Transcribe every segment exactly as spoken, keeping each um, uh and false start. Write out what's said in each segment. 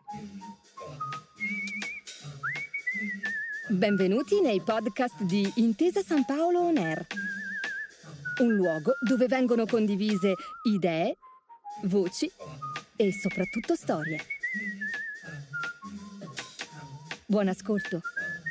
Benvenuti nei podcast di Intesa San Paolo On Air, un luogo dove vengono condivise idee, voci e soprattutto storie. Buon ascolto.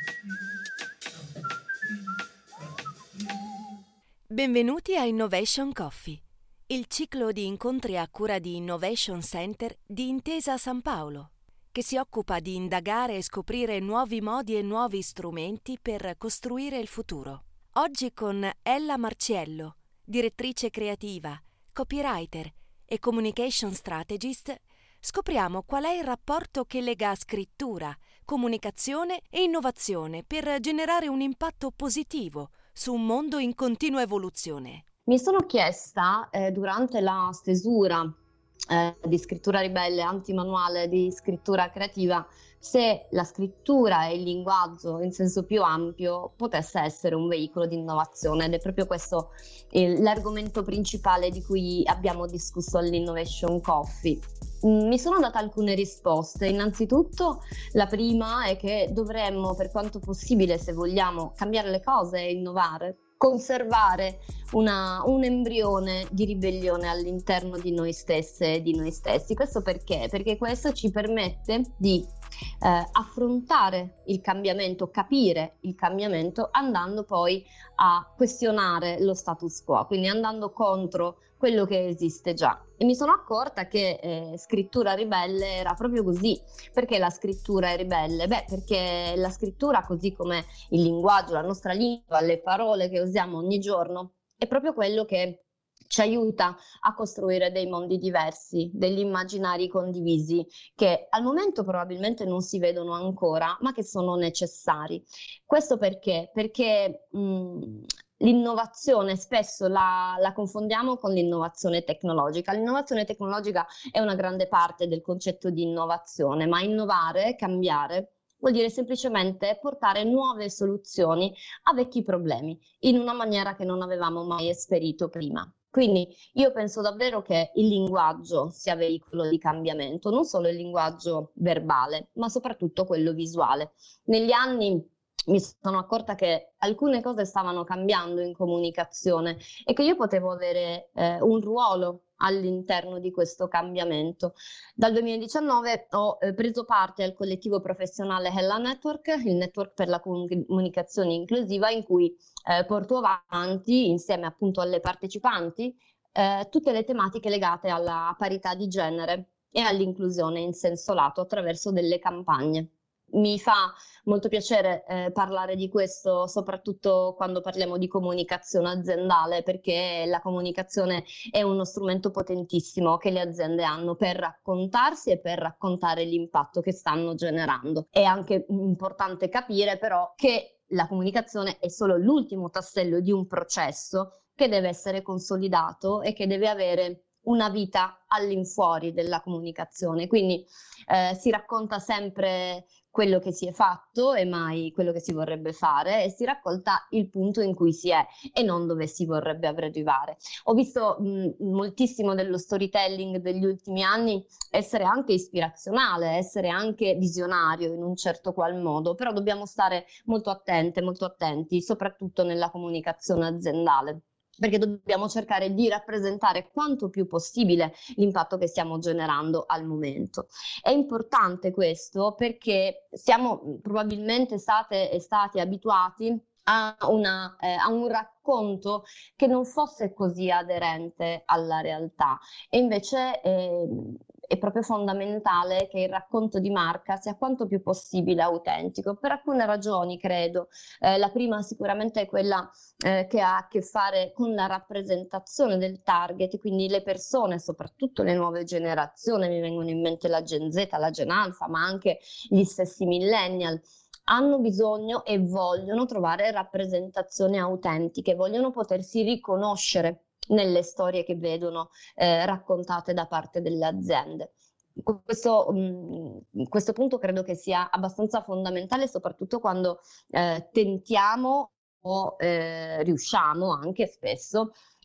Benvenuti a Innovation Coffee, il ciclo di incontri a cura di Innovation Center di Intesa San Paolo, che si occupa di indagare e scoprire nuovi modi e nuovi strumenti per costruire il futuro. Oggi con Ella Marciello, direttrice creativa, copywriter e communication strategist, scopriamo qual è il rapporto che lega scrittura, comunicazione e innovazione per generare un impatto positivo su un mondo in continua evoluzione. Mi sono chiesta eh, durante la stesura eh, di Scrittura Ribelle, antimanuale di scrittura creativa, se la scrittura e il linguaggio in senso più ampio potesse essere un veicolo di innovazione, ed è proprio questo eh, l'argomento principale di cui abbiamo discusso all'Innovation Coffee. Mi sono data alcune risposte. Innanzitutto, la prima è che dovremmo, per quanto possibile, se vogliamo cambiare le cose e innovare, conservare una, un embrione di ribellione all'interno di noi stesse e di noi stessi. Questo perché? Perché questo ci permette di eh, affrontare il cambiamento, capire il cambiamento, andando poi a questionare lo status quo, quindi andando contro quello che esiste già. E mi sono accorta che eh, Scrittura Ribelle era proprio così. Perché la scrittura è ribelle? Beh, perché la scrittura, così come il linguaggio, la nostra lingua, le parole che usiamo ogni giorno, è proprio quello che ci aiuta a costruire dei mondi diversi, degli immaginari condivisi, che al momento probabilmente non si vedono ancora, ma che sono necessari. Questo perché? Perché mh, l'innovazione spesso la, la confondiamo con l'innovazione tecnologica. L'innovazione tecnologica è una grande parte del concetto di innovazione, ma innovare, cambiare, vuol dire semplicemente portare nuove soluzioni a vecchi problemi in una maniera che non avevamo mai esperito prima. Quindi io penso davvero che il linguaggio sia veicolo di cambiamento, non solo il linguaggio verbale, ma soprattutto quello visuale. Negli anni mi sono accorta che alcune cose stavano cambiando in comunicazione e che io potevo avere eh, un ruolo all'interno di questo cambiamento. Dal duemiladiciannove ho eh, preso parte al collettivo professionale Ella Network, il network per la comunicazione inclusiva, in cui eh, porto avanti, insieme appunto alle partecipanti, eh, tutte le tematiche legate alla parità di genere e all'inclusione in senso lato attraverso delle campagne. Mi fa molto piacere eh, parlare di questo, soprattutto quando parliamo di comunicazione aziendale, perché la comunicazione è uno strumento potentissimo che le aziende hanno per raccontarsi e per raccontare l'impatto che stanno generando. È anche importante capire però che la comunicazione è solo l'ultimo tassello di un processo che deve essere consolidato e che deve avere una vita all'infuori della comunicazione. Quindi eh, si racconta sempre quello che si è fatto e mai quello che si vorrebbe fare, e si racconta il punto in cui si è e non dove si vorrebbe arrivare. Ho visto mh, moltissimo dello storytelling degli ultimi anni essere anche ispirazionale, essere anche visionario in un certo qual modo, però dobbiamo stare molto attente, molto attenti, soprattutto nella comunicazione aziendale, perché dobbiamo cercare di rappresentare quanto più possibile l'impatto che stiamo generando al momento. È importante questo perché siamo probabilmente state e stati abituati a, una, eh, a un racconto che non fosse così aderente alla realtà, e invece eh, è proprio fondamentale che il racconto di marca sia quanto più possibile autentico, per alcune ragioni, credo. Eh, la prima sicuramente è quella eh, che ha a che fare con la rappresentazione del target, quindi le persone, soprattutto le nuove generazioni, mi vengono in mente la Gen Z, la Gen Alpha, ma anche gli stessi millennial, hanno bisogno e vogliono trovare rappresentazioni autentiche, vogliono potersi riconoscere nelle storie che vedono eh, raccontate da parte delle aziende. Questo, mh, questo punto credo che sia abbastanza fondamentale, soprattutto quando eh, tentiamo o eh, riusciamo anche spesso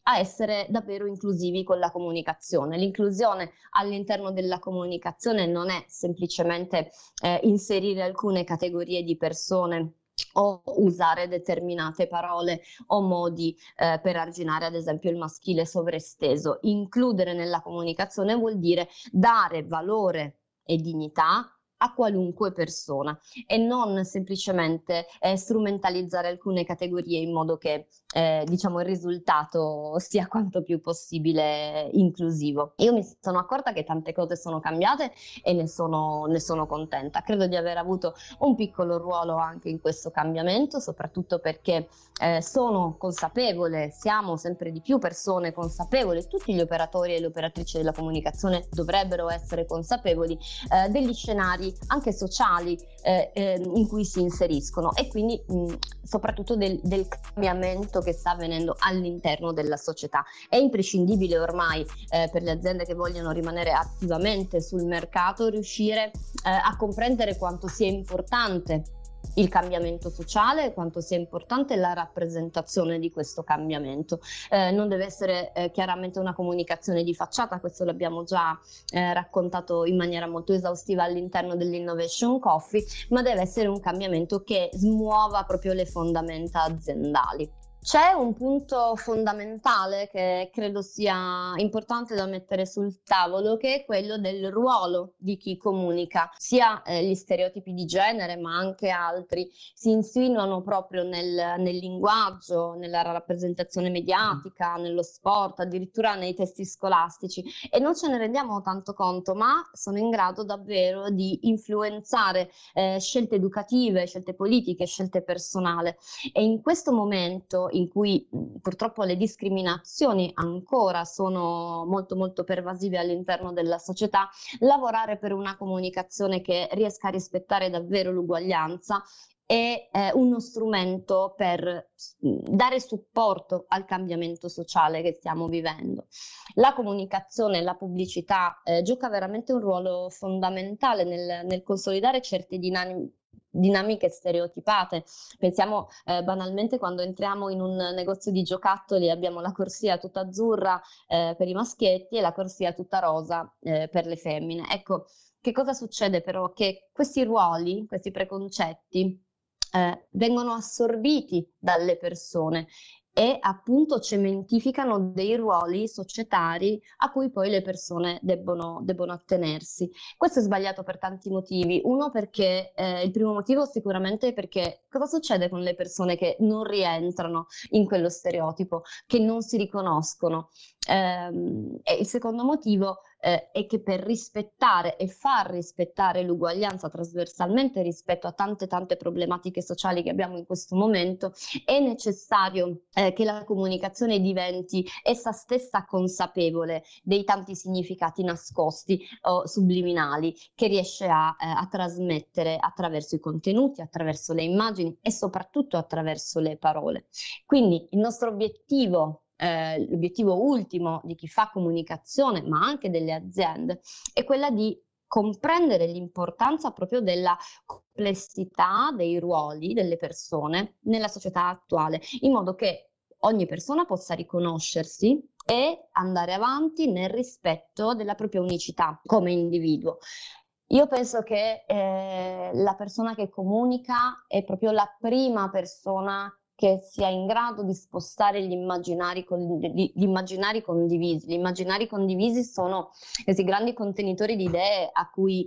a essere davvero inclusivi con la comunicazione. L'inclusione all'interno della comunicazione non è semplicemente eh, inserire alcune categorie di persone o usare determinate parole o modi eh, per arginare ad esempio il maschile sovraesteso. Includere nella comunicazione vuol dire dare valore e dignità a qualunque persona e non semplicemente eh, strumentalizzare alcune categorie in modo che eh, diciamo il risultato sia quanto più possibile inclusivo. Io mi sono accorta che tante cose sono cambiate e ne sono, ne sono contenta. Credo di aver avuto un piccolo ruolo anche in questo cambiamento, soprattutto perché eh, sono consapevole, siamo sempre di più persone consapevoli, tutti gli operatori e le operatrici della comunicazione dovrebbero essere consapevoli eh, degli scenari anche sociali eh, eh, in cui si inseriscono e quindi mh, soprattutto del, del cambiamento che sta avvenendo all'interno della società. È imprescindibile ormai eh, per le aziende che vogliono rimanere attivamente sul mercato riuscire eh, a comprendere quanto sia importante il cambiamento sociale, quanto sia importante la rappresentazione di questo cambiamento. Eh, non deve essere eh, chiaramente una comunicazione di facciata, questo l'abbiamo già eh, raccontato in maniera molto esaustiva all'interno dell'Innovation Coffee, ma deve essere un cambiamento che smuova proprio le fondamenta aziendali. C'è un punto fondamentale che credo sia importante da mettere sul tavolo, che è quello del ruolo di chi comunica. Sia eh, gli stereotipi di genere, ma anche altri, si insinuano proprio nel, nel linguaggio, nella rappresentazione mediatica, nello sport, addirittura nei testi scolastici, e non ce ne rendiamo tanto conto, ma sono in grado davvero di influenzare eh, scelte educative, scelte politiche, scelte personali. E in questo momento in cui purtroppo le discriminazioni ancora sono molto molto pervasive all'interno della società, lavorare per una comunicazione che riesca a rispettare davvero l'uguaglianza è eh, uno strumento per dare supporto al cambiamento sociale che stiamo vivendo. La comunicazione, la pubblicità eh, gioca veramente un ruolo fondamentale nel, nel consolidare certe dinamiche dinamiche stereotipate. Pensiamo eh, banalmente quando entriamo in un negozio di giocattoli, abbiamo la corsia tutta azzurra eh, per i maschietti e la corsia tutta rosa eh, per le femmine. Ecco, che cosa succede però? Che questi ruoli, questi preconcetti eh, vengono assorbiti dalle persone e appunto cementificano dei ruoli societari a cui poi le persone debbono, debbono attenersi. Questo è sbagliato per tanti motivi. Uno, perché eh, il primo motivo sicuramente è perché cosa succede con le persone che non rientrano in quello stereotipo, che non si riconoscono? Ehm, e il secondo motivo eh, è che per rispettare e far rispettare l'uguaglianza trasversalmente rispetto a tante tante problematiche sociali che abbiamo in questo momento, è necessario eh, che la comunicazione diventi essa stessa consapevole dei tanti significati nascosti o subliminali che riesce a, eh, a trasmettere attraverso i contenuti, attraverso le immagini e soprattutto attraverso le parole. Quindi il nostro obiettivo, Eh, l'obiettivo ultimo di chi fa comunicazione, ma anche delle aziende, è quella di comprendere l'importanza proprio della complessità dei ruoli delle persone nella società attuale, in modo che ogni persona possa riconoscersi e andare avanti nel rispetto della propria unicità come individuo. Io penso che eh, la persona che comunica è proprio la prima persona che sia in grado di spostare gli immaginari, con, gli, gli immaginari condivisi. Gli immaginari condivisi sono questi grandi contenitori di idee a cui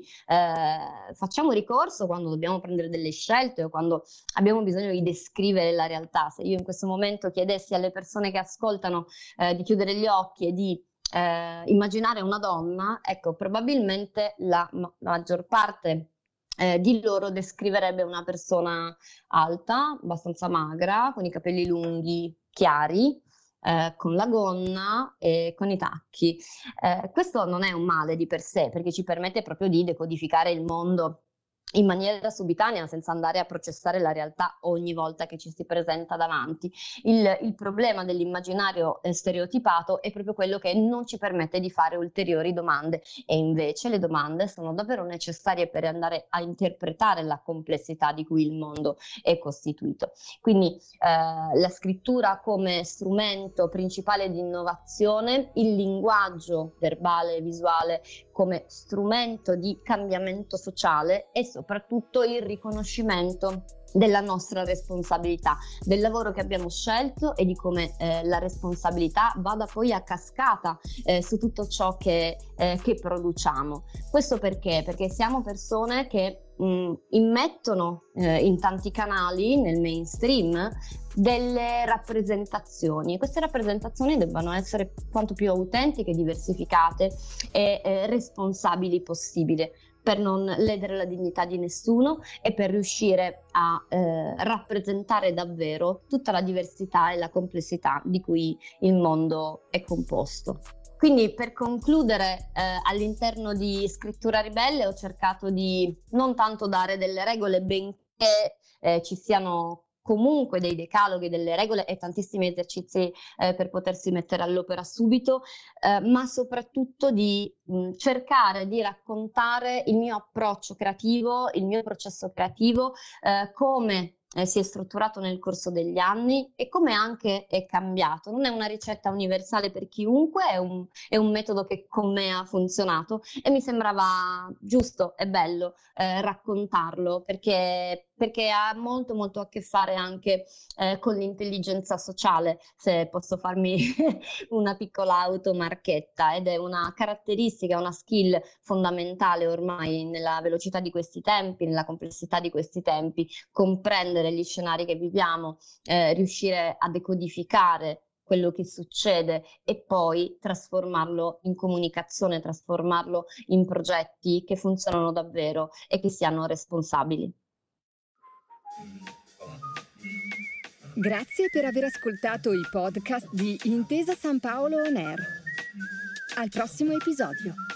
eh, facciamo ricorso quando dobbiamo prendere delle scelte o quando abbiamo bisogno di descrivere la realtà. Se io in questo momento chiedessi alle persone che ascoltano eh, di chiudere gli occhi e di eh, immaginare una donna, ecco, probabilmente la, la maggior parte Eh, di loro descriverebbe una persona alta, abbastanza magra, con i capelli lunghi, chiari, eh, con la gonna e con i tacchi. Eh, questo non è un male di per sé, perché ci permette proprio di decodificare il mondo in maniera subitanea, senza andare a processare la realtà ogni volta che ci si presenta davanti. Il, il problema dell'immaginario eh, stereotipato è proprio quello che non ci permette di fare ulteriori domande, e invece le domande sono davvero necessarie per andare a interpretare la complessità di cui il mondo è costituito. Quindi eh, la scrittura come strumento principale di innovazione, il linguaggio verbale e visuale come strumento di cambiamento sociale e soprattutto il riconoscimento della nostra responsabilità, del lavoro che abbiamo scelto e di come eh, la responsabilità vada poi a cascata eh, su tutto ciò che, eh, che produciamo. Questo perché? Perché siamo persone che mh, immettono eh, in tanti canali, nel mainstream, delle rappresentazioni. Queste rappresentazioni debbano essere quanto più autentiche, diversificate e eh, responsabili possibile, per non ledere la dignità di nessuno e per riuscire a eh, rappresentare davvero tutta la diversità e la complessità di cui il mondo è composto. Quindi, per concludere, eh, all'interno di Scrittura Ribelle ho cercato di non tanto dare delle regole, benché eh, ci siano comunque dei decaloghi, delle regole e tantissimi esercizi eh, per potersi mettere all'opera subito, eh, ma soprattutto di mh, cercare di raccontare il mio approccio creativo, il mio processo creativo, eh, come eh, si è strutturato nel corso degli anni e come anche è cambiato. Non è una ricetta universale per chiunque, è un, è un metodo che con me ha funzionato e mi sembrava giusto e bello eh, raccontarlo, perché perché ha molto molto a che fare anche eh, con l'intelligenza sociale, se posso farmi una piccola automarchetta, ed è una caratteristica, una skill fondamentale ormai nella velocità di questi tempi, nella complessità di questi tempi, comprendere gli scenari che viviamo, eh, riuscire a decodificare quello che succede e poi trasformarlo in comunicazione, trasformarlo in progetti che funzionano davvero e che siano responsabili. Grazie per aver ascoltato i podcast di Intesa San Paolo On Air. Al prossimo episodio.